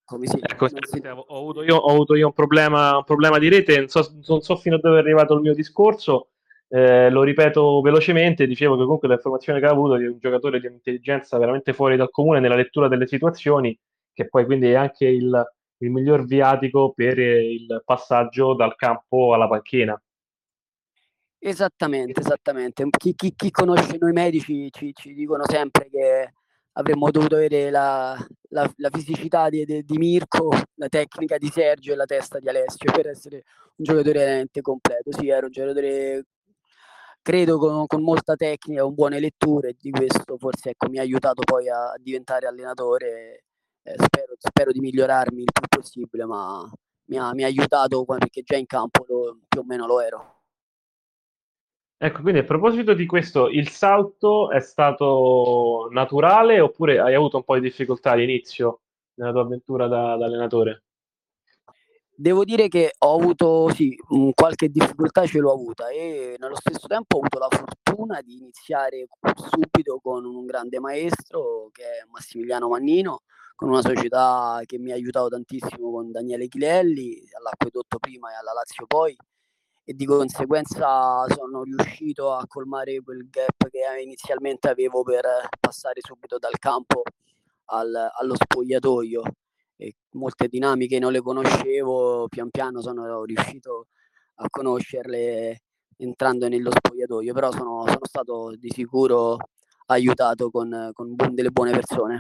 Eccomi, sì, Ecco, non si... ho avuto io un problema di rete, non so fino a dove è arrivato il mio discorso, lo ripeto velocemente, dicevo che comunque l'informazione che ha avuto è un giocatore di un'intelligenza veramente fuori dal comune nella lettura delle situazioni, che poi quindi è anche il miglior viatico per il passaggio dal campo alla panchina. Esattamente, esattamente. Chi conosce noi medici ci dicono sempre che avremmo dovuto avere la fisicità di Mirko, la tecnica di Sergio e la testa di Alessio per essere un giocatore veramente completo. Sì, era un giocatore, credo, con molta tecnica, con buone letture, e di questo forse ecco, mi ha aiutato poi a diventare allenatore. Spero di migliorarmi il più possibile, ma mi ha aiutato perché già in campo più o meno lo ero. Ecco, quindi a proposito di questo, il salto è stato naturale oppure hai avuto un po' di difficoltà all'inizio nella tua avventura da allenatore? Devo dire che ho avuto, sì, qualche difficoltà ce l'ho avuta e nello stesso tempo ho avuto la fortuna di iniziare subito con un grande maestro che è Massimiliano Mannino, con una società che mi ha aiutato tantissimo con Daniele Chilelli, all'Acquedotto prima e alla Lazio poi, e di conseguenza sono riuscito a colmare quel gap che inizialmente avevo per passare subito dal campo allo spogliatoio. E molte dinamiche non le conoscevo, pian piano sono riuscito a conoscerle entrando nello spogliatoio, però sono stato di sicuro aiutato con delle buone persone.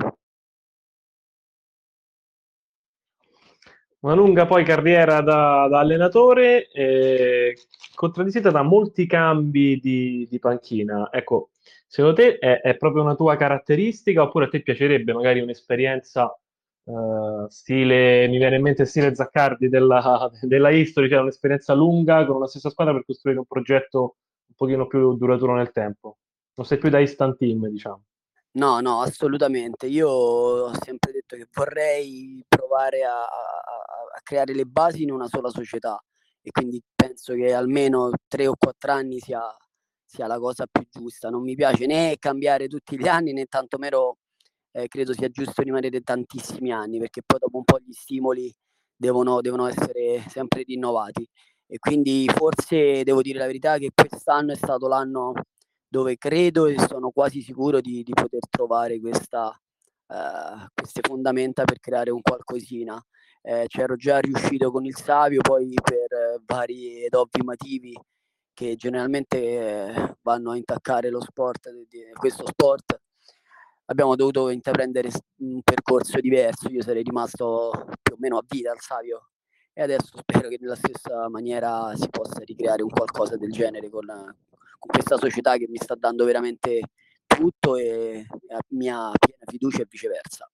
Una lunga poi carriera da allenatore, contraddistinta da molti cambi di panchina. Ecco, secondo te è proprio una tua caratteristica oppure a te piacerebbe magari un'esperienza stile, mi viene in mente stile Zaccardi della History, cioè un'esperienza lunga con una stessa squadra per costruire un progetto un pochino più duraturo nel tempo? Non sei più da instant team, diciamo. No, no, assolutamente. Io ho sempre detto che vorrei provare a creare le basi in una sola società e quindi penso che almeno 3 o 4 anni sia la cosa più giusta. Non mi piace né cambiare tutti gli anni né tantomeno credo sia giusto rimanere tantissimi anni perché poi dopo un po' gli stimoli devono essere sempre rinnovati e quindi forse devo dire la verità che quest'anno è stato l'anno dove credo e sono quasi sicuro di poter trovare queste fondamenta per creare un qualcosina. C'ero già riuscito con il Savio, poi per vari ed ovvi motivi che generalmente vanno a intaccare lo sport, questo sport, abbiamo dovuto intraprendere un percorso diverso. Io sarei rimasto più o meno a vita al Savio e adesso spero che nella stessa maniera si possa ricreare un qualcosa del genere con questa società che mi sta dando veramente tutto e mia piena fiducia e viceversa.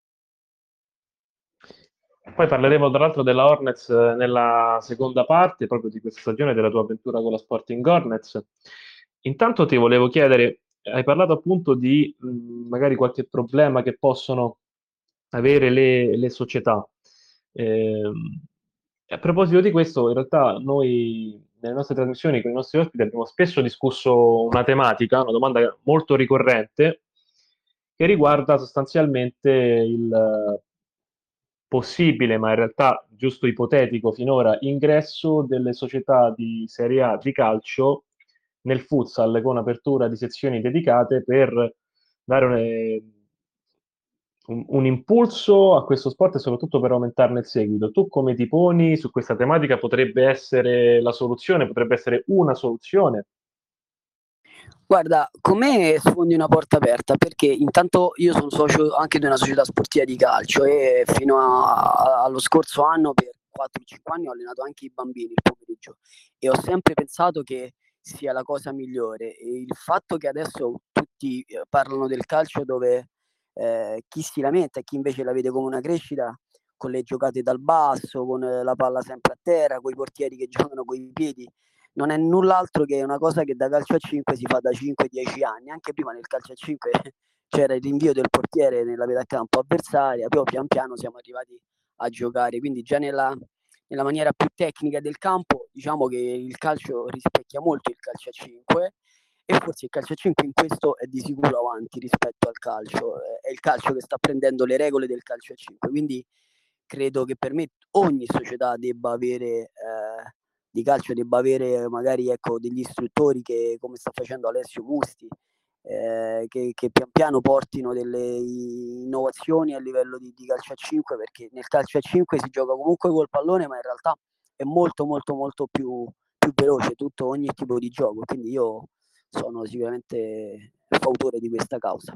Poi parleremo tra l'altro della Hornets nella seconda parte, proprio di questa stagione, della tua avventura con la Sporting Hornets. Intanto ti volevo chiedere, hai parlato appunto di magari qualche problema che possono avere le società. Ehm, a proposito di questo, in realtà noi nelle nostre trasmissioni con i nostri ospiti abbiamo spesso discusso una tematica, una domanda molto ricorrente, che riguarda sostanzialmente il possibile, ma in realtà giusto ipotetico finora, ingresso delle società di Serie A di calcio nel futsal con apertura di sezioni dedicate per dare un impulso a questo sport e soprattutto per aumentarne il seguito. Tu come ti poni su questa tematica? Potrebbe essere la soluzione, potrebbe essere una soluzione? Guarda, con me sfondi una porta aperta perché intanto io sono socio anche di una società sportiva di calcio e fino allo scorso anno per 4-5 anni ho allenato anche i bambini il pomeriggio e ho sempre pensato che sia la cosa migliore. E il fatto che adesso tutti parlano del calcio dove chi si lamenta e chi invece la vede come una crescita con le giocate dal basso, con la palla sempre a terra, con i portieri che giocano con i piedi, non è null'altro che una cosa che da calcio a 5 si fa da 5-10 anni. Anche prima nel calcio a 5 c'era il rinvio del portiere nella metà campo avversaria, poi pian piano siamo arrivati a giocare, quindi già nella maniera più tecnica del campo diciamo che il calcio rispecchia molto il calcio a 5 e forse il calcio a 5 in questo è di sicuro avanti rispetto al calcio, è il calcio che sta prendendo le regole del calcio a 5, quindi credo che per me ogni società debba avere di calcio debba avere magari ecco, degli istruttori che, come sta facendo Alessio Musti, che pian piano portino delle innovazioni a livello di calcio a 5, perché nel calcio a 5 si gioca comunque col pallone, ma in realtà è molto molto molto più veloce tutto ogni tipo di gioco, quindi io sono sicuramente fautore di questa causa.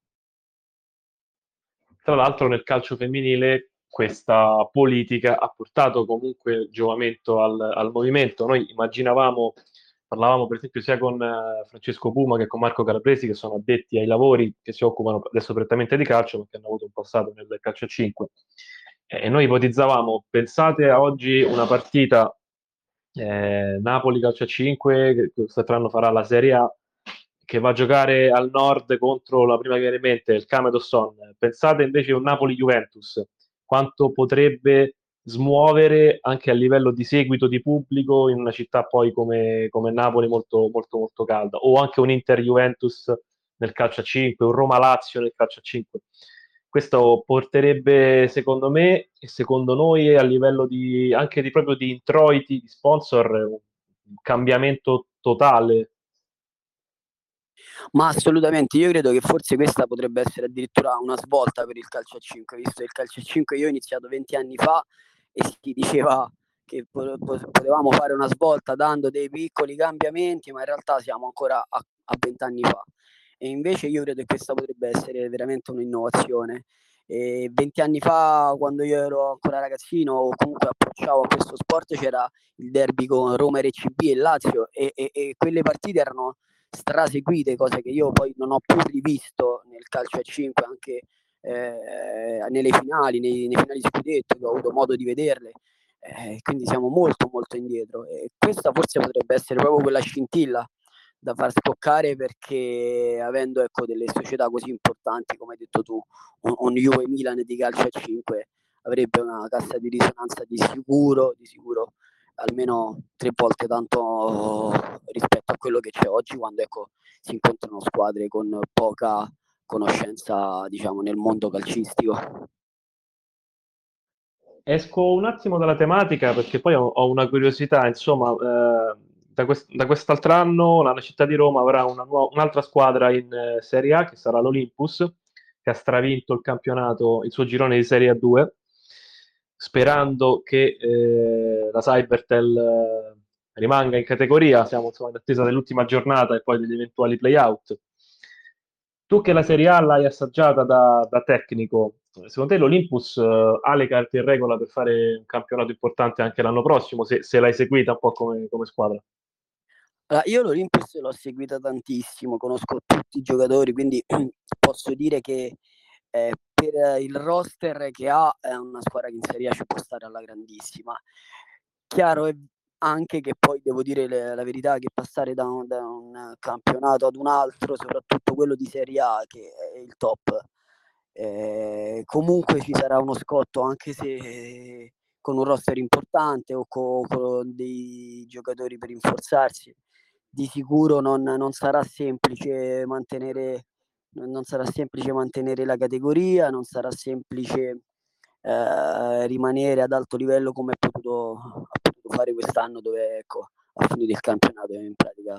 Tra l'altro nel calcio femminile questa politica ha portato comunque giovamento al movimento. Noi immaginavamo, parlavamo per esempio sia con Francesco Puma che con Marco Calabresi, che sono addetti ai lavori che si occupano adesso prettamente di calcio, perché hanno avuto un passato nel calcio a 5. E noi ipotizzavamo, pensate a oggi una partita Napoli calcio a 5, che quest'anno farà la Serie A, che va a giocare al nord contro la prima che viene in mente, il Camedosson. Pensate invece a un Napoli-Juventus, quanto potrebbe smuovere anche a livello di seguito di pubblico in una città poi come Napoli molto, molto, molto calda, o anche un Inter-Juventus nel calcio a 5, un Roma-Lazio nel calcio a 5. Questo porterebbe, secondo me e secondo noi, a livello anche proprio di introiti, di sponsor, un cambiamento totale. Ma assolutamente, io credo che forse questa potrebbe essere addirittura una svolta per il calcio a 5, visto che il calcio a 5 io ho iniziato 20 anni fa e si diceva che potevamo fare una svolta dando dei piccoli cambiamenti, ma in realtà siamo ancora a 20 anni fa. E invece io credo che questa potrebbe essere veramente un'innovazione. E 20 anni fa, quando io ero ancora ragazzino o comunque approcciavo a questo sport, c'era il derby con Roma, RCB e Lazio e quelle partite erano straseguite, cose che io poi non ho più rivisto nel calcio a 5, anche nelle finali, nei finali scudetto, che ho avuto modo di vederle. Quindi siamo molto molto indietro e questa forse potrebbe essere proprio quella scintilla da far scoccare, perché avendo ecco, delle società così importanti come hai detto tu, un Juve Milan di calcio a 5 avrebbe una cassa di risonanza di sicuro almeno 3 volte tanto rispetto a quello che c'è oggi, quando ecco, si incontrano squadre con poca conoscenza, diciamo, nel mondo calcistico. Esco un attimo dalla tematica perché poi ho una curiosità, insomma, da quest'altro anno la città di Roma avrà un'altra squadra in Serie A, che sarà l'Olympus, che ha stravinto il campionato, il suo girone di Serie A2, sperando che la Cybertel rimanga in categoria. Siamo insomma in attesa dell'ultima giornata e poi degli eventuali play-out. Tu che la Serie A l'hai assaggiata da tecnico, secondo te l'Olympus ha le carte in regola per fare un campionato importante anche l'anno prossimo, se l'hai seguita un po' come squadra? Allora, io l'Olympus l'ho seguita tantissimo, conosco tutti i giocatori, quindi posso dire che per il roster che ha è una squadra che in Serie A ci può stare alla grandissima. Chiaro è anche che poi devo dire la verità, che passare da un campionato ad un altro, soprattutto quello di Serie A che è il top, comunque ci sarà uno scotto, anche se con un roster importante o con dei giocatori per rinforzarsi. Di sicuro non sarà semplice mantenere la categoria, non sarà semplice rimanere ad alto livello come ha potuto fare quest'anno, dove ecco, ha finito il campionato in pratica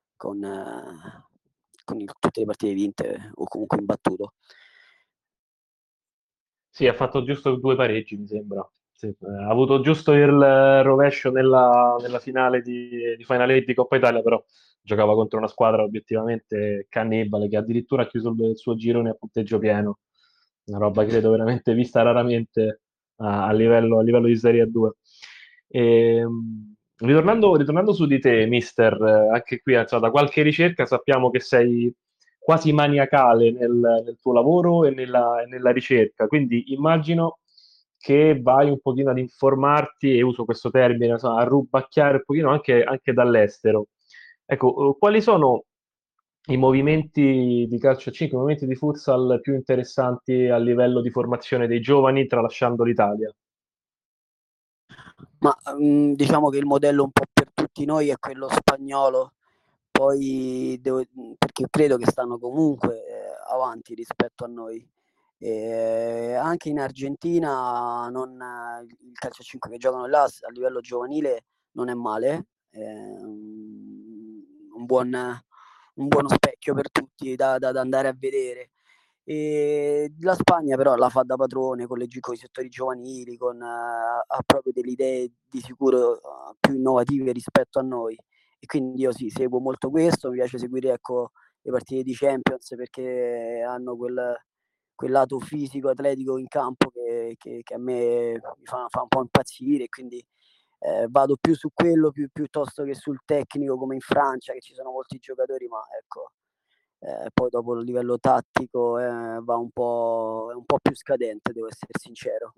con tutte le partite vinte o comunque imbattuto. Sì, ha fatto giusto due pareggi, mi sembra. Sì, ha avuto giusto il rovescio nella finale di Final Eight di Coppa Italia, però giocava contro una squadra obiettivamente cannibale che addirittura ha chiuso il suo girone a punteggio pieno. Una roba credo veramente vista raramente a livello di Serie A2. Ritornando su di te, mister, anche qui insomma, da qualche ricerca sappiamo che sei quasi maniacale nel tuo lavoro e nella ricerca, quindi immagino che vai un pochino ad informarti, e uso questo termine, insomma, a rubacchiare un pochino anche dall'estero. Ecco, quali sono i movimenti di calcio a 5, i movimenti di futsal più interessanti a livello di formazione dei giovani, tralasciando l'Italia? Ma diciamo che il modello un po' per tutti noi è quello spagnolo, poi perché credo che stanno comunque avanti rispetto a noi. E anche in Argentina il calcio a 5 che giocano là a livello giovanile non è male, è un buono specchio per tutti da andare a vedere. E la Spagna però la fa da padrone con i settori giovanili, ha proprio delle idee di sicuro più innovative rispetto a noi. E quindi io sì, seguo molto questo, mi piace seguire ecco, le partite di Champions perché hanno quel lato fisico, atletico in campo che a me mi fa un po' impazzire, quindi vado più su quello piuttosto che sul tecnico come in Francia, che ci sono molti giocatori, ma ecco, poi dopo il livello tattico è un po' più scadente, devo essere sincero.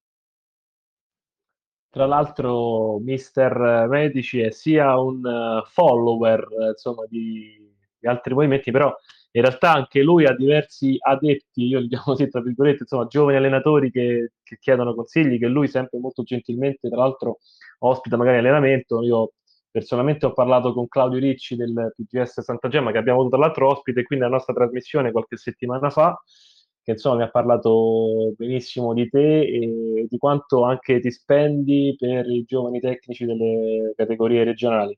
Tra l'altro, Mister Medici è sia un follower, insomma, di altri movimenti, però in realtà anche lui ha diversi adepti, io li chiamo così, tra virgolette, insomma, giovani allenatori che chiedono consigli, che lui sempre molto gentilmente, tra l'altro, ospita magari allenamento. Io personalmente ho parlato con Claudio Ricci del PGS Santa Gemma, che abbiamo avuto tra l'altro ospite qui nella nostra trasmissione qualche settimana fa, che insomma mi ha parlato benissimo di te e di quanto anche ti spendi per i giovani tecnici delle categorie regionali.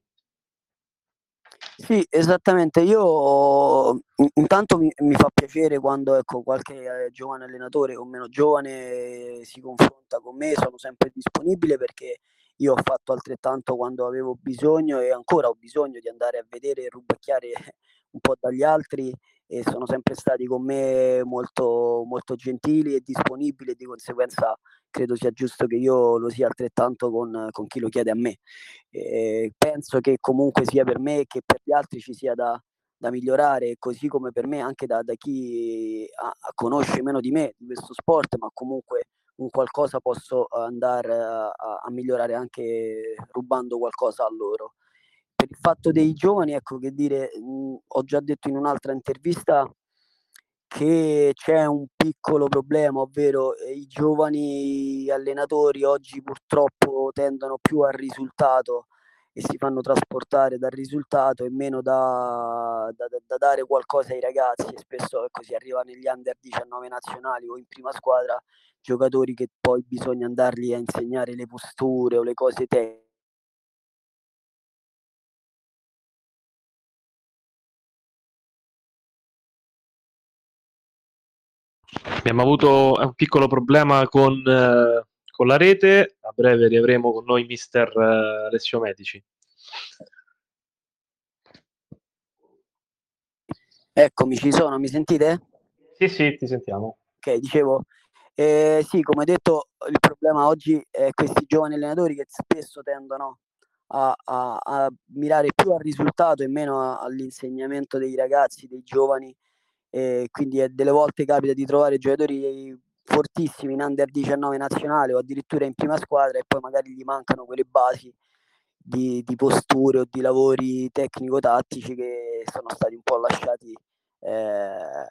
Sì, esattamente. Io intanto mi fa piacere quando ecco, qualche giovane allenatore o meno giovane si confronta con me, sono sempre disponibile perché io ho fatto altrettanto quando avevo bisogno e ancora ho bisogno di andare a vedere e rubacchiare un po' dagli altri e sono sempre stati con me molto, molto gentili e disponibili e di conseguenza credo sia giusto che io lo sia altrettanto con chi lo chiede a me. Penso che comunque sia per me che per gli altri ci sia da migliorare, così come per me anche da chi conosce meno di me di questo sport, ma comunque un qualcosa posso andare a migliorare anche rubando qualcosa a loro. Per il fatto dei giovani, ecco che dire, ho già detto in un'altra intervista che c'è un piccolo problema, ovvero i giovani allenatori oggi purtroppo tendono più al risultato e si fanno trasportare dal risultato e meno da dare qualcosa ai ragazzi e spesso ecco, si arriva negli under 19 nazionali o in prima squadra giocatori che poi bisogna andargli a insegnare le posture o le cose tecniche. Abbiamo avuto un piccolo problema con la rete, a breve riavremo con noi Mister Alessio Medici. Eccomi, ci sono, mi sentite? Sì, sì, ti sentiamo. Ok, dicevo, sì, come detto, il problema oggi è questi giovani allenatori che spesso tendono a mirare più al risultato e meno all'insegnamento dei ragazzi, dei giovani, quindi delle volte capita di trovare giocatori fortissimi in under 19 nazionale o addirittura in prima squadra e poi magari gli mancano quelle basi di posture o di lavori tecnico-tattici che sono stati un po' lasciati eh,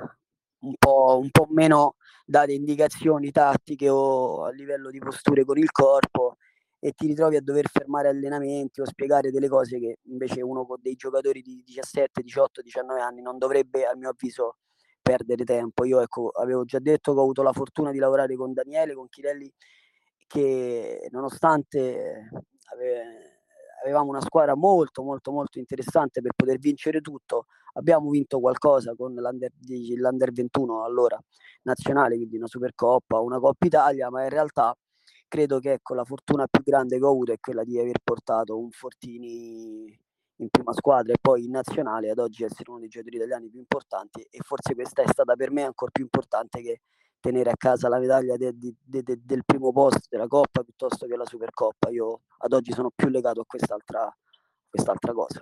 un po' meno date indicazioni tattiche o a livello di posture con il corpo e ti ritrovi a dover fermare allenamenti o spiegare delle cose che invece uno con dei giocatori di 17, 18, 19 anni non dovrebbe, a mio avviso, perdere tempo. Io ecco, avevo già detto che ho avuto la fortuna di lavorare con Daniele, con Chirelli, che nonostante avevamo una squadra molto molto molto interessante per poter vincere tutto, abbiamo vinto qualcosa con l'Under 21 allora nazionale, quindi una Supercoppa, una Coppa Italia, ma in realtà credo che ecco, la fortuna più grande che ho avuto è quella di aver portato un Fortini in prima squadra e poi in nazionale ad oggi essere uno dei giocatori italiani più importanti e forse questa è stata per me ancora più importante che tenere a casa la medaglia del primo posto della Coppa piuttosto che la Supercoppa. Io ad oggi sono più legato a quest'altra cosa.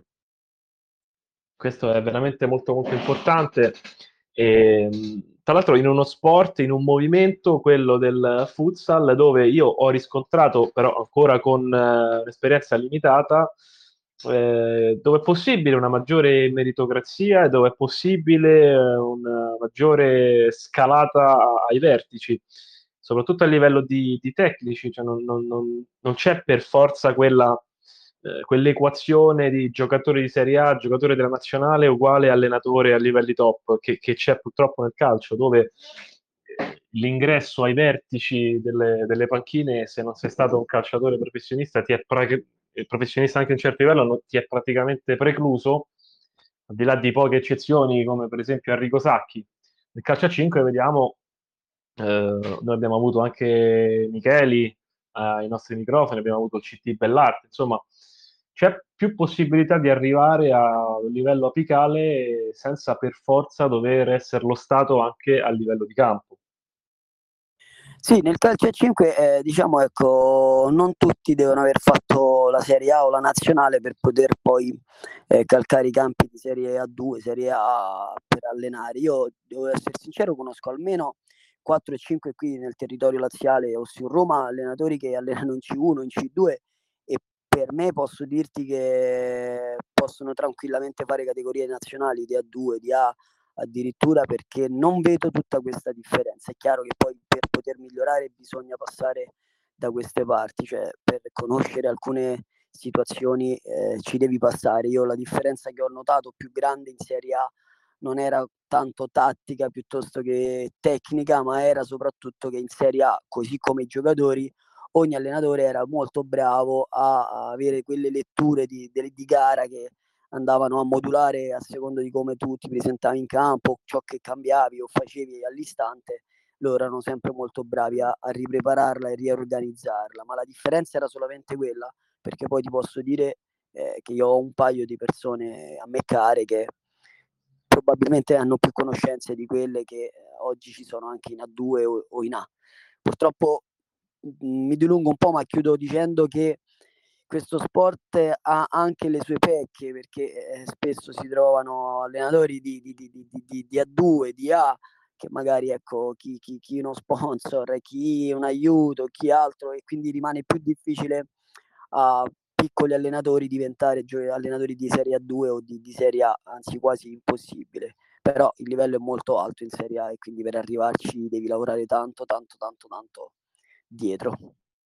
Questo è veramente molto molto importante. E, tra l'altro in uno sport, in un movimento, quello del futsal, dove io ho riscontrato, però ancora con un'esperienza limitata, dove è possibile una maggiore meritocrazia e dove è possibile una maggiore scalata ai vertici, soprattutto a livello di tecnici, cioè non c'è per forza quell'equazione di giocatore di Serie A, giocatore della nazionale uguale allenatore a livelli top che c'è purtroppo nel calcio, dove l'ingresso ai vertici delle panchine, se non sei stato un calciatore professionista, professionista anche a un certo livello, ti è praticamente precluso, al di là di poche eccezioni, come per esempio Enrico Sacchi. Nel calcio a 5 vediamo, noi abbiamo avuto anche Micheli ai nostri microfoni, abbiamo avuto il CT Bellarte, insomma, c'è più possibilità di arrivare a un livello apicale senza per forza dover essere lo stato anche a livello di campo. Sì, nel calcio a 5 diciamo ecco, non tutti devono aver fatto la Serie A o la nazionale per poter poi calcare i campi di Serie A2, Serie A per allenare. Io devo essere sincero, conosco almeno 4 e 5 qui nel territorio laziale o su Roma allenatori che allenano in C1, in C2 e per me posso dirti che possono tranquillamente fare categorie nazionali di A2, di A addirittura, perché non vedo tutta questa differenza. È chiaro che poi per poter migliorare bisogna passare da queste parti, cioè per conoscere alcune situazioni ci devi passare. Io la differenza che ho notato più grande in Serie A non era tanto tattica piuttosto che tecnica, ma era soprattutto che in Serie A, così come i giocatori, ogni allenatore era molto bravo a avere quelle letture di gara che andavano a modulare a seconda di come tu ti presentavi in campo, ciò che cambiavi o facevi all'istante, loro erano sempre molto bravi a riprepararla e riorganizzarla, ma la differenza era solamente quella, perché poi ti posso dire che io ho un paio di persone a me care che probabilmente hanno più conoscenze di quelle che oggi ci sono anche in A2 o in A. Purtroppo mi dilungo un po', ma chiudo dicendo che questo sport ha anche le sue pecche, perché spesso si trovano allenatori di A2, di A, che magari ecco chi uno sponsor, chi un aiuto, chi altro, e quindi rimane più difficile a piccoli allenatori diventare allenatori di Serie A2 o di Serie A, anzi quasi impossibile. Però il livello è molto alto in Serie A e quindi per arrivarci devi lavorare tanto dietro.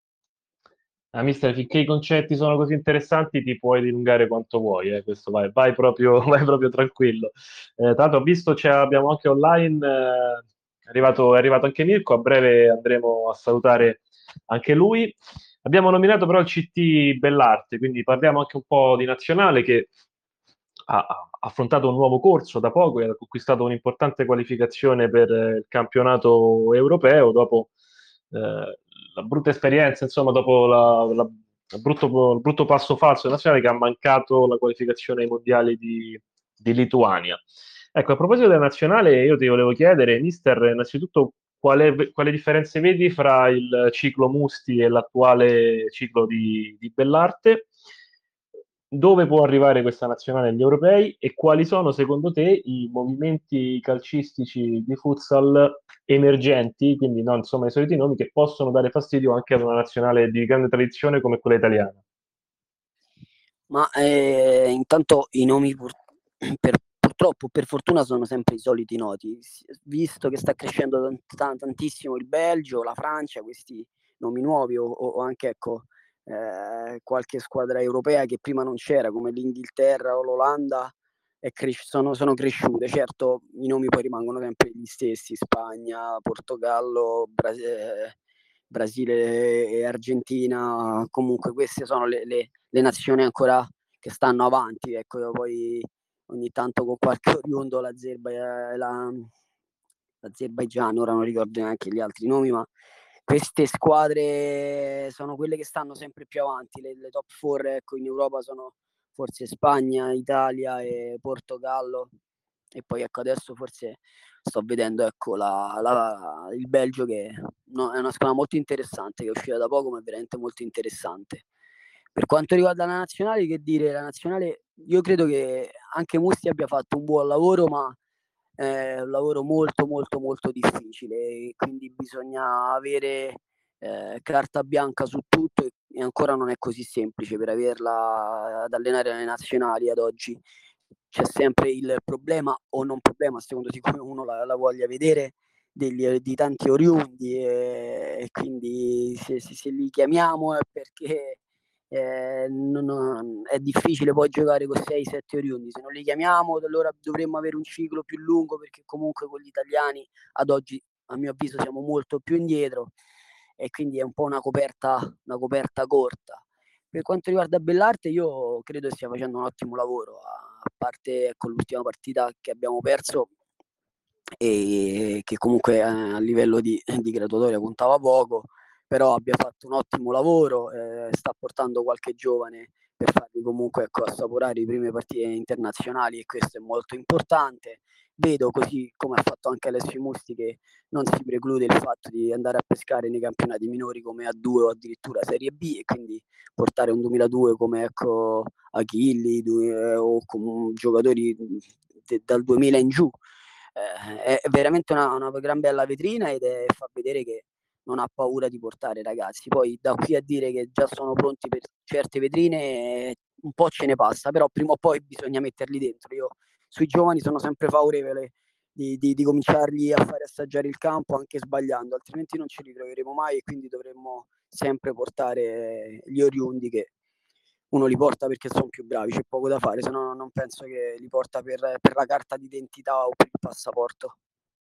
Mister, finché i concetti sono così interessanti, ti puoi dilungare quanto vuoi, questo vai proprio, vai proprio tranquillo. Tra l'altro, ho visto, abbiamo anche online, è arrivato anche Mirko, a breve andremo a salutare anche lui. Abbiamo nominato però il CT Bellarte, quindi parliamo anche un po' di nazionale che ha affrontato un nuovo corso da poco e ha conquistato un'importante qualificazione per il campionato europeo dopo la brutta esperienza, insomma, dopo il brutto passo falso della nazionale che ha mancato la qualificazione ai mondiali di Lituania. Ecco, a proposito della nazionale, io ti volevo chiedere, mister, innanzitutto quale differenze vedi fra il ciclo Musti e l'attuale ciclo di Bellarte? Dove può arrivare questa nazionale agli europei e quali sono secondo te i movimenti calcistici di futsal emergenti, quindi non insomma i soliti nomi, che possono dare fastidio anche ad una nazionale di grande tradizione come quella italiana? Ma intanto i nomi purtroppo, per fortuna, sono sempre i soliti noti, visto che sta crescendo tantissimo il Belgio, la Francia, questi nomi nuovi o anche ecco, qualche squadra europea che prima non c'era, come l'Inghilterra o l'Olanda, sono cresciute. Certo, i nomi poi rimangono sempre gli stessi: Spagna, Portogallo, Brasile e Argentina. Comunque queste sono le nazioni ancora che stanno avanti, ecco. Poi ogni tanto con qualche oriundo l'Azerbaigian, ora non ricordo neanche gli altri nomi, ma queste squadre sono quelle che stanno sempre più avanti. Le top 4 ecco, in Europa sono forse Spagna, Italia e Portogallo, e poi ecco adesso forse sto vedendo ecco il Belgio, che no, è una squadra molto interessante, che è uscita da poco, ma è veramente molto interessante. Per quanto riguarda la nazionale, che dire, la nazionale, io credo che anche Musti abbia fatto un buon lavoro, ma è un lavoro molto difficile, e quindi bisogna avere carta bianca su tutto, e ancora non è così semplice per averla ad allenare le nazionali ad oggi. C'è sempre il problema, o non problema, a seconda di come uno la voglia vedere, di tanti oriundi, e quindi se li chiamiamo è perché è difficile poi giocare con 6-7 oriundi. Se non li chiamiamo, allora dovremmo avere un ciclo più lungo, perché comunque con gli italiani ad oggi a mio avviso siamo molto più indietro e quindi è un po' una coperta corta. Per quanto riguarda Bellarte, io credo stia facendo un ottimo lavoro, a parte con l'ultima partita che abbiamo perso e che comunque a livello di graduatoria contava poco, però abbia fatto un ottimo lavoro, sta portando qualche giovane per farli comunque assaporare le prime partite internazionali e questo è molto importante. Vedo, così come ha fatto anche Alessio Musti, che non si preclude il fatto di andare a pescare nei campionati minori come A2 o addirittura Serie B e quindi portare un 2002 come Achilli o come giocatori dal 2000 in giù. È veramente una gran bella vetrina ed fa vedere che non ha paura di portare ragazzi. Poi da qui a dire che già sono pronti per certe vetrine un po' ce ne passa, però prima o poi bisogna metterli dentro. Io sui giovani sono sempre favorevole di cominciarli a fare assaggiare il campo anche sbagliando, altrimenti non ci ritroveremo mai e quindi dovremmo sempre portare gli oriundi che uno li porta perché sono più bravi, c'è poco da fare, se no non penso che li porta per la carta d'identità o per il passaporto.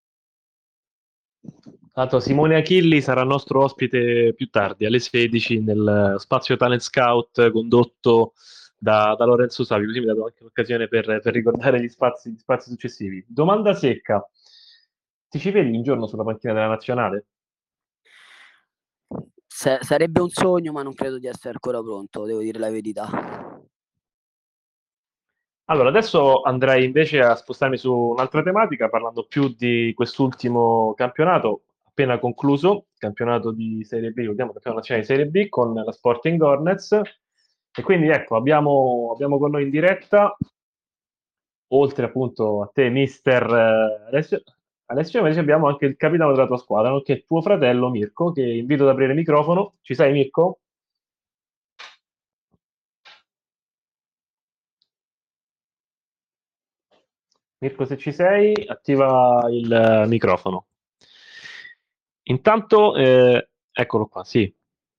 Tanto Simone Achilli sarà nostro ospite più tardi, alle 16, nel spazio Talent Scout condotto da Lorenzo Savi, così mi ha dato anche l'occasione per ricordare gli spazi successivi. Domanda secca, ti ci vedi un giorno sulla panchina della nazionale? Sarebbe un sogno, ma non credo di essere ancora pronto, devo dire la verità. Allora, adesso andrei invece a spostarmi su un'altra tematica, parlando più di quest'ultimo campionato appena concluso, campionato di Serie B, ricordiamo campionato nazionale di Serie B con la Sporting Hornets. E quindi ecco, abbiamo con noi in diretta, oltre appunto a te, mister Alessio, invece abbiamo anche il capitano della tua squadra, nonché tuo fratello Mirko, che invito ad aprire il microfono. Ci sei, Mirko? Mirko, se ci sei, attiva il microfono. Intanto, eccolo qua, sì.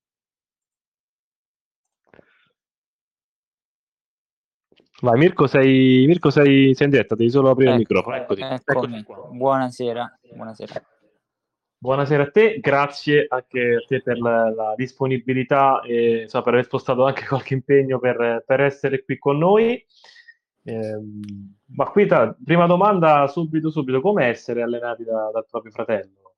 Vai, sei in diretta, devi solo aprire il microfono. Eccoti. Eccomi. Eccoci qua. Buonasera. Buonasera a te, grazie anche a te per la disponibilità e so, per aver spostato anche qualche impegno per essere qui con noi. Ma qui, prima domanda, subito, come essere allenati dal proprio fratello?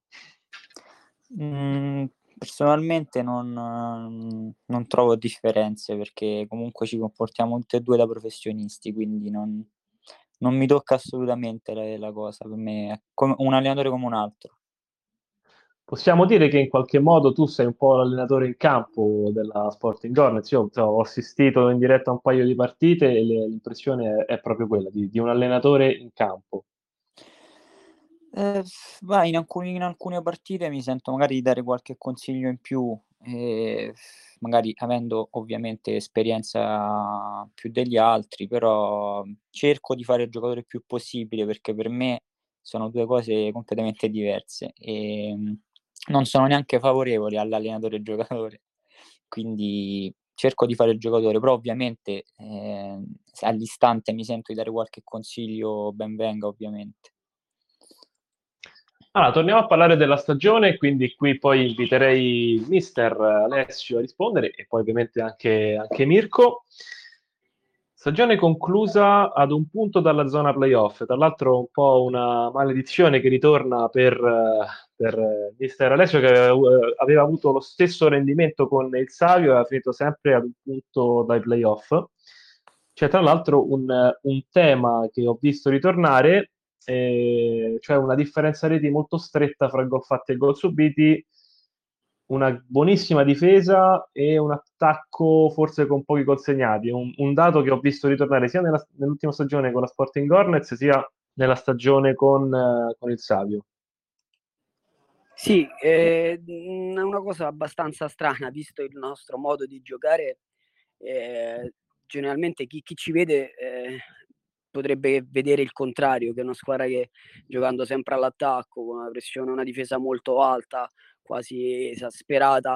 Personalmente non trovo differenze perché comunque ci comportiamo tutti e due da professionisti, quindi non mi tocca assolutamente la cosa, per me è come un allenatore come un altro. Possiamo dire che in qualche modo tu sei un po' l'allenatore in campo della Sporting Hornets. Io ho assistito in diretta a un paio di partite e l'impressione è proprio quella di un allenatore in campo. In alcune partite mi sento magari di dare qualche consiglio in più, magari avendo ovviamente esperienza più degli altri, però cerco di fare il giocatore il più possibile perché per me sono due cose completamente diverse e non sono neanche favorevole all'allenatore giocatore. Quindi cerco di fare il giocatore, però ovviamente se all'istante mi sento di dare qualche consiglio, ben venga ovviamente. Allora, torniamo a parlare della stagione, quindi qui poi inviterei il mister Alessio a rispondere e poi ovviamente anche Mirko. Stagione conclusa ad un punto dalla zona playoff, tra l'altro un po' una maledizione che ritorna per mister Alessio che aveva avuto lo stesso rendimento con il Savio e aveva finito sempre ad un punto dai playoff. C'è tra l'altro un tema che ho visto ritornare, cioè una differenza reti molto stretta fra gol fatti e gol subiti, una buonissima difesa e un attacco forse con pochi gol segnati. Un dato che ho visto ritornare sia nell'ultima stagione con la Sporting Hornets sia nella stagione con il Savio. Sì, è una cosa abbastanza strana, visto il nostro modo di giocare. Generalmente chi ci vede potrebbe vedere il contrario, che è una squadra che giocando sempre all'attacco, con una pressione, una difesa molto alta, quasi esasperata,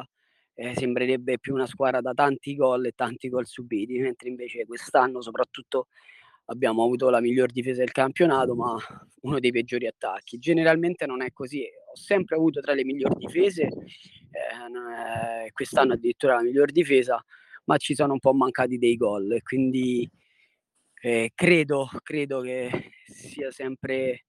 sembrerebbe più una squadra da tanti gol e tanti gol subiti, mentre invece quest'anno, soprattutto abbiamo avuto la miglior difesa del campionato, ma uno dei peggiori attacchi. Generalmente non è così, ho sempre avuto tra le migliori difese, quest'anno addirittura la miglior difesa, ma ci sono un po' mancati dei gol, e quindi credo che sia sempre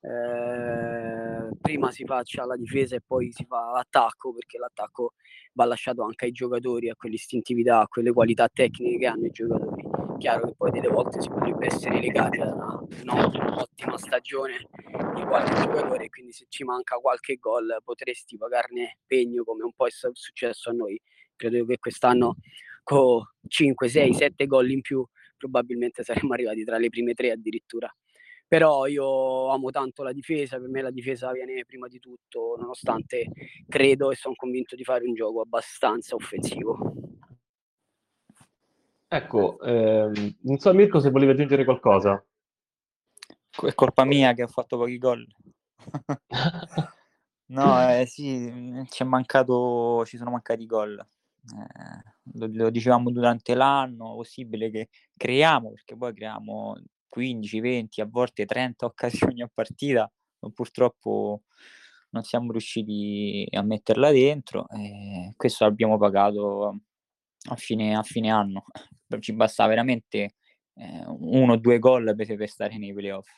prima si faccia la difesa e poi si fa l'attacco, perché l'attacco va lasciato anche ai giocatori, a quell'istintività, a quelle qualità tecniche che hanno i giocatori. Chiaro che poi delle volte si potrebbe essere legati a un'ottima stagione di qualche giocatore, quindi se ci manca qualche gol potresti pagarne pegno, come un po' è successo a noi. Credo che quest'anno con 5, 6, 7 gol in più probabilmente saremmo arrivati tra le prime 3 addirittura. Però io amo tanto la difesa, per me la difesa viene prima di tutto, nonostante credo e sono convinto di fare un gioco abbastanza offensivo. Ecco, non so Mirko se volevi aggiungere qualcosa. È colpa mia che ho fatto pochi gol. No, sì, ci sono mancati gol. Lo dicevamo durante l'anno, possibile che creiamo, perché poi creiamo 15, 20, a volte 30 occasioni a partita, ma purtroppo non siamo riusciti a metterla dentro, e questo l'abbiamo pagato a fine anno. Ci bastava veramente 1 o 2 gol per stare nei playoff.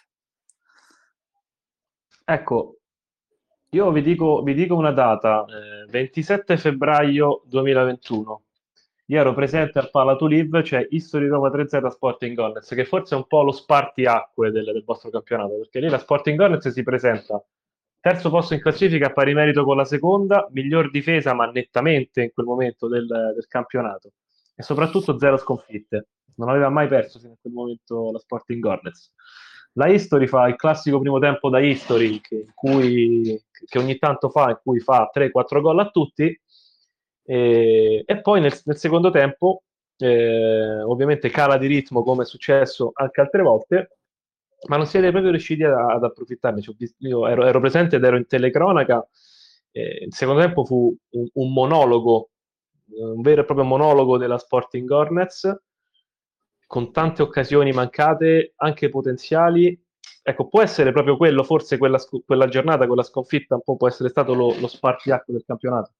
Ecco, io vi dico una data, 27 febbraio 2021. Io ero presente al Palatulib, cioè History Roma 3-0 Sporting Hornets, che forse è un po' lo spartiacque del vostro campionato, perché lì la Sporting Hornets si presenta terzo posto in classifica a pari merito con la seconda, miglior difesa ma nettamente in quel momento del campionato, e soprattutto zero sconfitte. Non aveva mai perso fino a quel momento la Sporting Hornets. La History fa il classico primo tempo da History che ogni tanto fa, in cui fa 3-4 gol a tutti, e poi nel secondo tempo ovviamente cala di ritmo come è successo anche altre volte, ma non siete proprio riusciti ad approfittarne. Io ero presente ed ero in telecronaca. Il secondo tempo fu un monologo, un vero e proprio monologo della Sporting Hornets, con tante occasioni mancate, anche potenziali. Ecco, può essere proprio quello, forse quella giornata, quella sconfitta, un po' può essere stato lo spartiacque del campionato.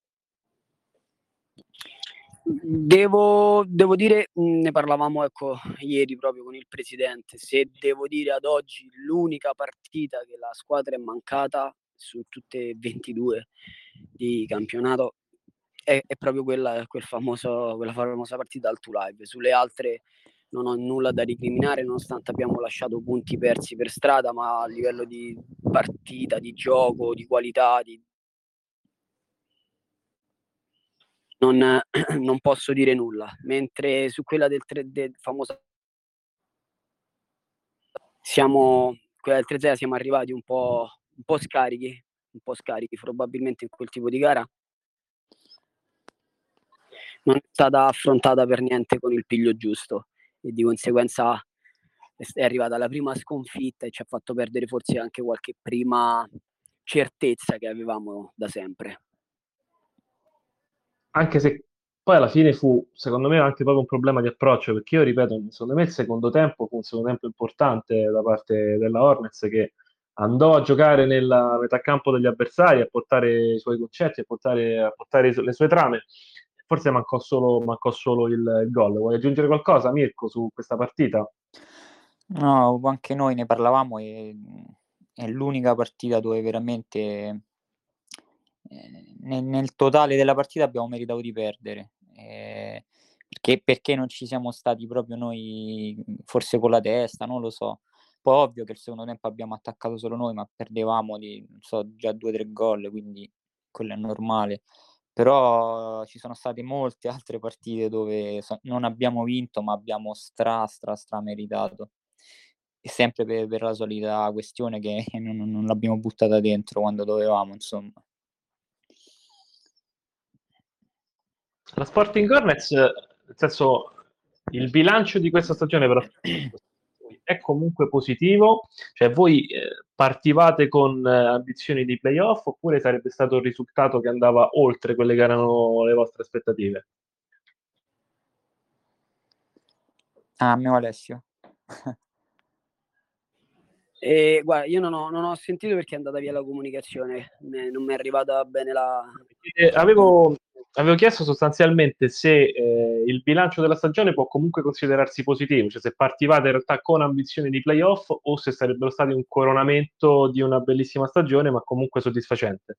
Devo dire, ne parlavamo ieri proprio con il presidente, se devo dire ad oggi l'unica partita che la squadra è mancata su tutte e 22 di campionato è proprio quella famosa partita al 2 Live. Sulle altre non ho nulla da ricriminare, nonostante abbiamo lasciato punti persi per strada, ma a livello di partita, di gioco, di qualità, non posso dire nulla. Mentre su quella del famoso quella del 3-0 siamo arrivati un po' scarichi, probabilmente in quel tipo di gara non è stata affrontata per niente con il piglio giusto, e di conseguenza è arrivata la prima sconfitta e ci ha fatto perdere forse anche qualche prima certezza che avevamo da sempre. Anche se poi alla fine fu, secondo me, anche proprio un problema di approccio, perché io ripeto, secondo me il secondo tempo fu un secondo tempo importante da parte della Hornets, che andò a giocare nella metà campo degli avversari, a portare i suoi concetti, a portare le sue trame. Forse mancò solo il gol. Vuoi aggiungere qualcosa, Mirko, su questa partita? No, anche noi ne parlavamo, e è l'unica partita dove veramente nel totale della partita abbiamo meritato di perdere, perché non ci siamo stati proprio noi, forse con la testa, non lo so. Poi ovvio che il secondo tempo abbiamo attaccato solo noi, ma perdevamo di, non so, già 2-3 gol, quindi quello è normale. Però ci sono state molte altre partite dove non abbiamo vinto, ma abbiamo stra meritato. E sempre per la solita questione che non l'abbiamo buttata dentro quando dovevamo, insomma. La Sporting Hornets, nel senso, il bilancio di questa stagione però è comunque positivo, cioè voi partivate con ambizioni di playoff, oppure sarebbe stato un risultato che andava oltre quelle che erano le vostre aspettative? Ah, mio Alessio. E guarda, io non ho sentito perché è andata via la comunicazione, non mi è arrivata bene la... Avevo chiesto sostanzialmente se il bilancio della stagione può comunque considerarsi positivo, cioè se partivate in realtà con ambizioni di playoff o se sarebbero stati un coronamento di una bellissima stagione, ma comunque soddisfacente.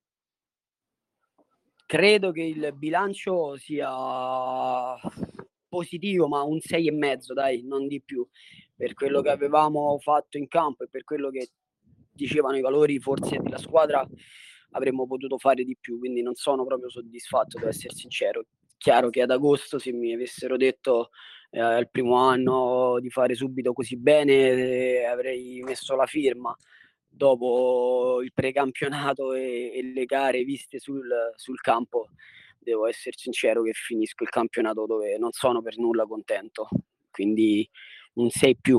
Credo che il bilancio sia positivo, ma un 6,5, dai, non di più, per quello che avevamo fatto in campo e per quello che dicevano i valori forse della squadra avremmo potuto fare di più, quindi non sono proprio soddisfatto, devo essere sincero. Chiaro che ad agosto se mi avessero detto al primo anno di fare subito così bene avrei messo la firma. Dopo il precampionato e le gare viste sul campo, devo essere sincero che finisco il campionato dove non sono per nulla contento, quindi un 6 più.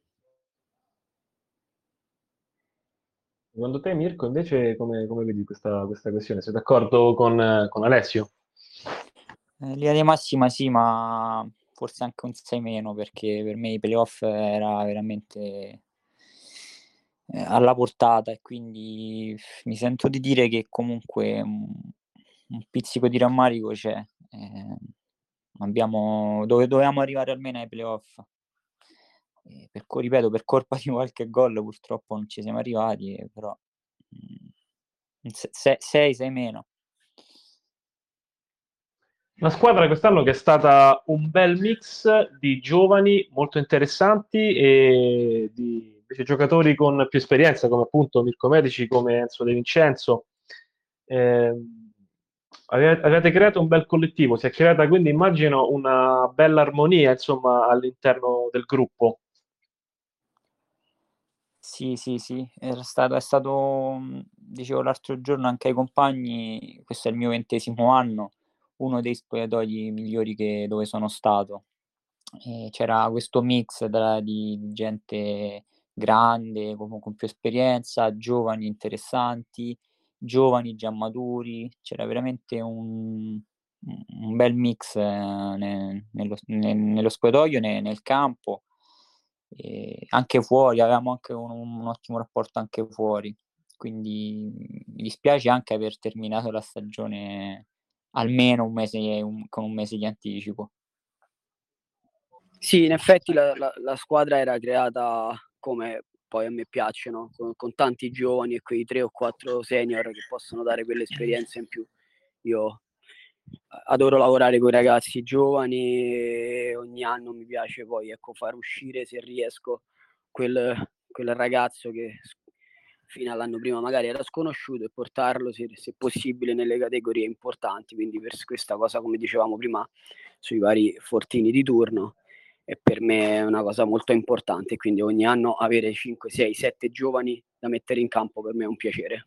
Secondo te, Mirko, invece, come vedi questa questione? Sei d'accordo con Alessio? In linea di massima sì, ma forse anche un 6 meno, perché per me i playoff era veramente alla portata, e quindi mi sento di dire che comunque un pizzico di rammarico c'è. Dovevamo arrivare almeno ai playoff. Ripeto, per colpa di qualche gol purtroppo non ci siamo arrivati, però 6 meno. Una squadra quest'anno che è stata un bel mix di giovani molto interessanti e di invece giocatori con più esperienza, come appunto Mirko Medici, come Enzo De Vincenzo. Avete creato un bel collettivo, si è creata quindi immagino una bella armonia, insomma, all'interno del gruppo. Sì, è stato, dicevo l'altro giorno anche ai compagni, questo è il mio 20° anno, uno dei spogliatoi migliori dove sono stato. C'era questo mix di gente grande, con più esperienza, giovani interessanti, giovani già maturi, c'era veramente un bel mix nello spogliatoio, nel campo. Anche fuori, avevamo anche un ottimo rapporto anche fuori, quindi mi dispiace anche aver terminato la stagione almeno con un mese di anticipo. Sì, in effetti la squadra era creata come poi a me piacciono, con tanti giovani e quei 3 o 4 senior che possono dare quell'esperienza in più. Io adoro lavorare con i ragazzi giovani e ogni anno mi piace poi far uscire, se riesco, quel ragazzo che fino all'anno prima magari era sconosciuto, e portarlo se possibile nelle categorie importanti. Quindi per questa cosa, come dicevamo prima, sui vari fortini di turno, e per me è una cosa molto importante, quindi ogni anno avere 5, 6, 7 giovani da mettere in campo per me è un piacere.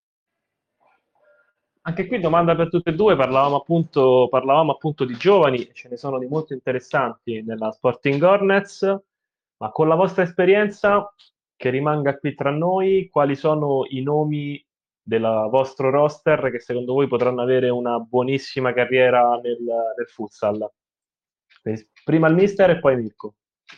Anche qui domanda per tutte e due, parlavamo appunto di giovani, ce ne sono di molto interessanti nella Sporting Hornets, ma con la vostra esperienza, che rimanga qui tra noi, quali sono i nomi del vostro roster che secondo voi potranno avere una buonissima carriera nel futsal? Prima il mister e poi Mirko.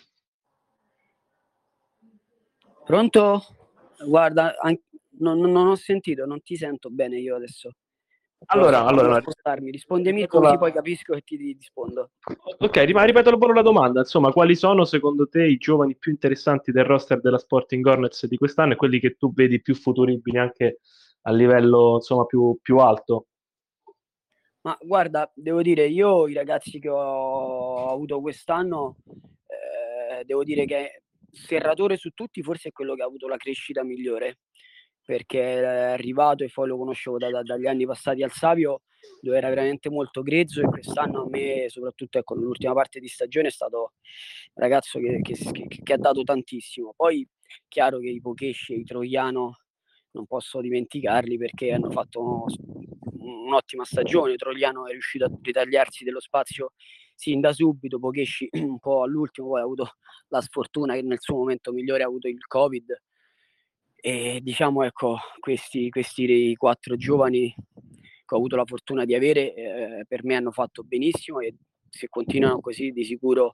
Pronto? Guarda, non ho sentito, non ti sento bene io adesso. Allora, spostarmi. Risponde Mirko, così poi capisco e ti rispondo. Ok, ripeto la domanda. Insomma, quali sono secondo te i giovani più interessanti del roster della Sporting Hornets di quest'anno e quelli che tu vedi più futuribili anche a livello, insomma, più alto? Ma guarda, devo dire, io i ragazzi che ho avuto quest'anno, devo dire che Serratore su tutti forse è quello che ha avuto la crescita migliore, perché è arrivato e poi lo conoscevo dagli anni passati al Savio, dove era veramente molto grezzo, e quest'anno a me, soprattutto nell'ultima parte di stagione, è stato un ragazzo che ha dato tantissimo. Poi chiaro che i Pokesci e i Troiano non posso dimenticarli, perché hanno fatto un'ottima stagione. Trogliano è riuscito a ritagliarsi dello spazio sin da subito, Pokesci un po' all'ultimo, poi ha avuto la sfortuna che nel suo momento migliore ha avuto il Covid, e diciamo questi 4 giovani che ho avuto la fortuna di avere per me hanno fatto benissimo, e se continuano così di sicuro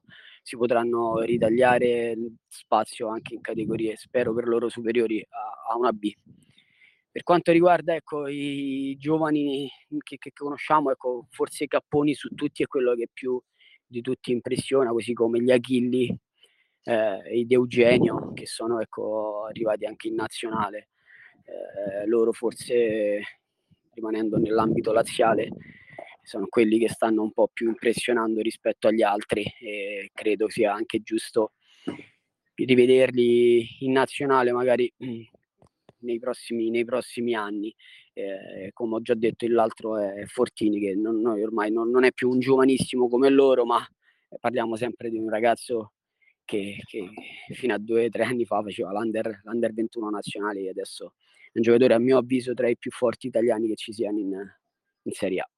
si potranno ritagliare spazio anche in categorie, spero per loro superiori, a una B. Per quanto riguarda, ecco, i giovani che conosciamo, ecco, forse Capponi su tutti è quello che più di tutti impressiona, così come gli Achilli e di Eugenio, che sono, ecco, arrivati anche in nazionale. Loro forse, rimanendo nell'ambito laziale, sono quelli che stanno un po' più impressionando rispetto agli altri, e credo sia anche giusto rivederli in nazionale magari nei prossimi anni. Come ho già detto, l'altro è Fortini, che noi ormai non è più un giovanissimo come loro, ma parliamo sempre di un ragazzo che fino a 2 o 3 anni fa faceva l'Under 21 nazionale, e adesso è un giocatore, a mio avviso, tra i più forti italiani che ci siano in Serie A.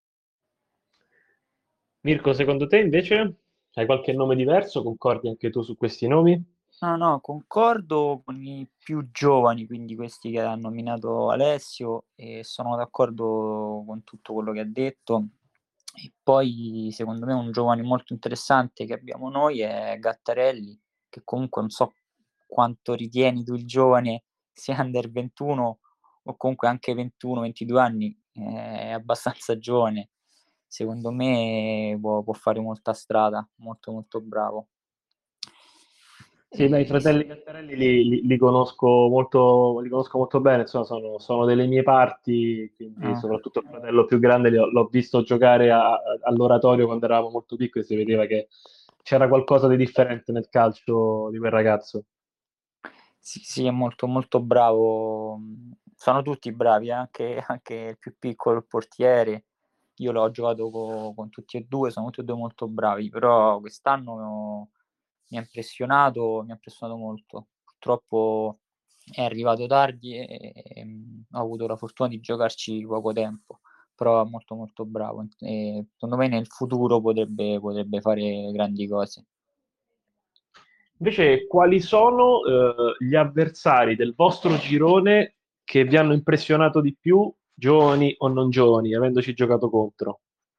Mirko, secondo te invece hai qualche nome diverso? Concordi anche tu su questi nomi? No, concordo con i più giovani, quindi questi che ha nominato Alessio, e sono d'accordo con tutto quello che ha detto. E poi, secondo me, un giovane molto interessante che abbiamo noi è Gattarelli, che comunque non so quanto ritieni tu il giovane sia under 21 o comunque anche 21-22 anni, è abbastanza giovane. Secondo me può fare molta strada, molto molto bravo. Sì, beh, i fratelli Gattarelli li conosco molto bene, insomma, sono delle mie parti, quindi Ah. soprattutto il fratello più grande l'ho visto giocare all'oratorio quando eravamo molto piccoli, si vedeva che c'era qualcosa di differente nel calcio di quel ragazzo. Sì, è molto molto bravo. Sono tutti bravi, anche il più piccolo, il portiere. Io l'ho giocato con tutti e due, sono tutti e due molto bravi, però quest'anno mi ha impressionato molto. Purtroppo è arrivato tardi e ho avuto la fortuna di giocarci poco tempo, però è molto molto bravo e secondo me nel futuro potrebbe fare grandi cose. Invece, quali sono gli avversari del vostro girone che vi hanno impressionato di più, giovani o non giovani, avendoci giocato contro?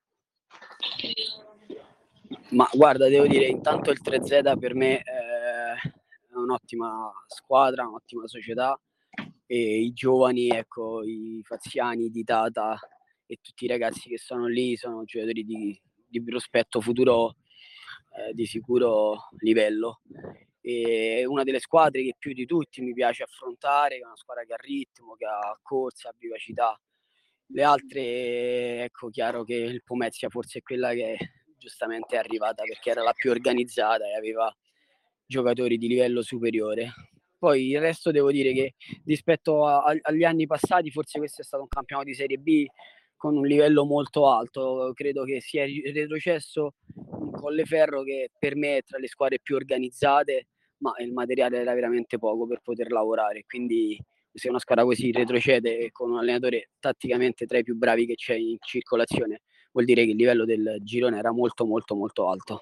Ma guarda, devo dire, intanto il 3Z per me è un'ottima squadra, un'ottima società, e i giovani, ecco, i Faziani, Di Tata e tutti i ragazzi che sono lì sono giocatori di prospetto futuro, di sicuro livello. E è una delle squadre che più di tutti mi piace affrontare, è una squadra che ha ritmo, che ha corsa, ha vivacità. Le altre, ecco, chiaro che il Pomezia forse è quella che giustamente è arrivata perché era la più organizzata e aveva giocatori di livello superiore. Poi il resto devo dire che rispetto agli anni passati forse questo è stato un campionato di Serie B con un livello molto alto. Credo che sia retrocesso Colleferro, che per me è tra le squadre più organizzate, ma il materiale era veramente poco per poter lavorare, quindi se una squadra così retrocede con un allenatore tatticamente tra i più bravi che c'è in circolazione, vuol dire che il livello del girone era molto molto molto alto.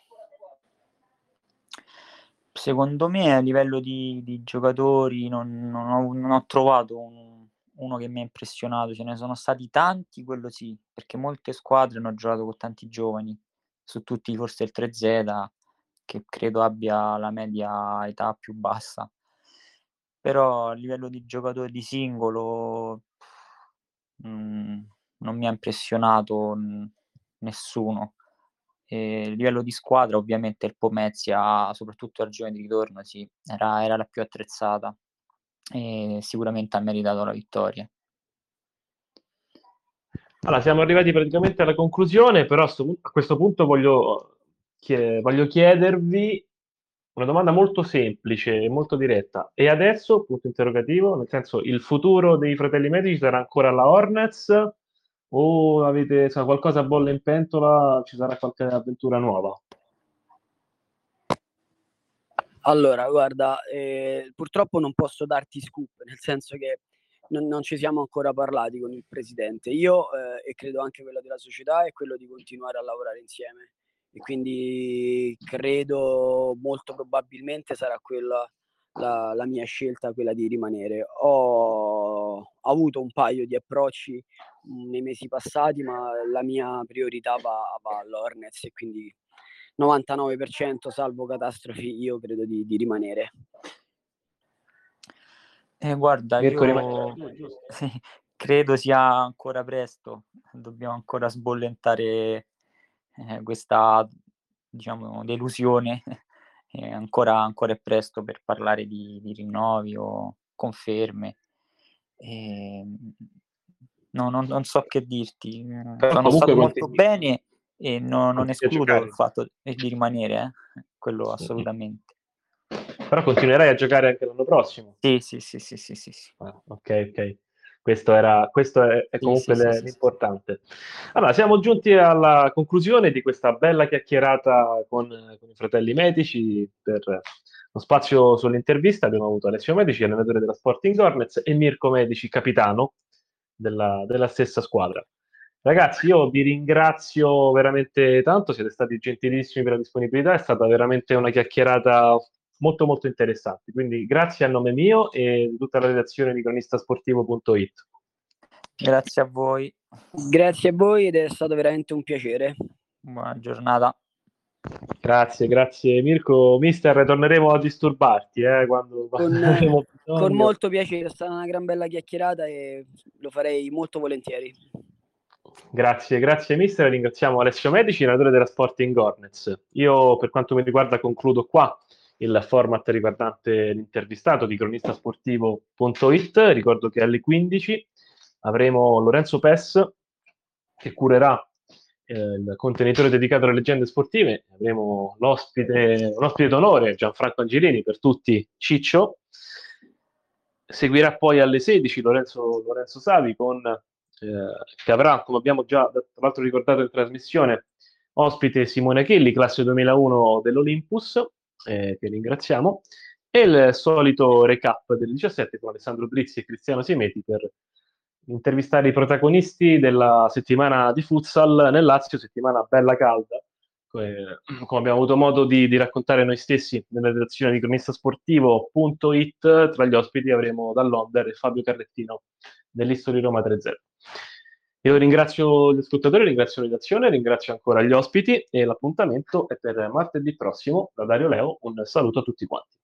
Secondo me a livello di giocatori non ho trovato uno che mi ha impressionato, ce ne sono stati tanti, quello sì, perché molte squadre hanno giocato con tanti giovani, su tutti forse il 3Z, che credo abbia la media età più bassa. Però a livello di giocatore di singolo non mi ha impressionato nessuno. A livello di squadra ovviamente il Pomezia, soprattutto al girone di ritorno, sì, era la più attrezzata e sicuramente ha meritato la vittoria. Allora, siamo arrivati praticamente alla conclusione, però a questo punto voglio chiedervi una domanda molto semplice e molto diretta. E adesso, punto interrogativo, nel senso, il futuro dei Fratelli Medici sarà ancora la Hornets o avete, insomma, qualcosa a bolle in pentola, ci sarà qualche avventura nuova? Allora, guarda, purtroppo non posso darti scoop, nel senso che non ci siamo ancora parlati con il presidente. Io, e credo anche quello della società, è quello di continuare a lavorare insieme. E quindi credo molto probabilmente sarà quella la mia scelta, quella di rimanere. Ho avuto un paio di approcci nei mesi passati, ma la mia priorità va all'Hornets, e quindi 99%, salvo catastrofi, io credo di rimanere. Guarda, Mirko, io sì, credo sia ancora presto, dobbiamo ancora sbollentare questa, diciamo, delusione. Ancora è presto per parlare di rinnovi o conferme. Non so che dirti. Però Sono comunque stato molto continui bene e non a escludo il giocare. fatto di rimanere, quello assolutamente. Però continuerai a giocare anche l'anno prossimo. Sì. Ok. Questo è comunque Sì. l'importante. Allora, siamo giunti alla conclusione di questa bella chiacchierata con i fratelli Medici per lo spazio sull'intervista. Abbiamo avuto Alessio Medici, allenatore della Sporting Hornets, e Mirko Medici, capitano della stessa squadra. Ragazzi, io vi ringrazio veramente tanto, siete stati gentilissimi per la disponibilità, è stata veramente una chiacchierata molto molto interessante. Quindi grazie a nome mio e di tutta la redazione di cronistasportivo.it. Grazie a voi. Grazie a voi ed è stato veramente un piacere. Buona giornata. Grazie Mirko. Mister, torneremo a disturbarti quando avremo bisogno. Con molto piacere, è stata una gran bella chiacchierata e lo farei molto volentieri. Grazie mister, ringraziamo Alessio Medici, allenatore della Sporting Hornets. Io per quanto mi riguarda concludo qua il format riguardante l'intervistato di cronistasportivo.it. Ricordo che alle 15 avremo Lorenzo Pes che curerà il contenitore dedicato alle leggende sportive. Avremo un ospite d'onore, Gianfranco Angelini, per tutti Ciccio. Seguirà poi alle 16 Lorenzo Savi che avrà, come abbiamo già tra l'altro ricordato in trasmissione, ospite Simone Chilli, classe 2001 dell'Olympus, che ringraziamo, e il solito recap del 17 con Alessandro Drizzi e Cristiano Simeti per intervistare i protagonisti della settimana di futsal nel Lazio, settimana bella calda, come abbiamo avuto modo di raccontare noi stessi nella redazione di cronistasportivo.it. Tra gli ospiti avremo dall'Onder Fabio Carrettino dell'History Roma 3-0. Io ringrazio gli ascoltatori, ringrazio la redazione, ringrazio ancora gli ospiti e l'appuntamento è per martedì prossimo da Dario Leo. Un saluto a tutti quanti.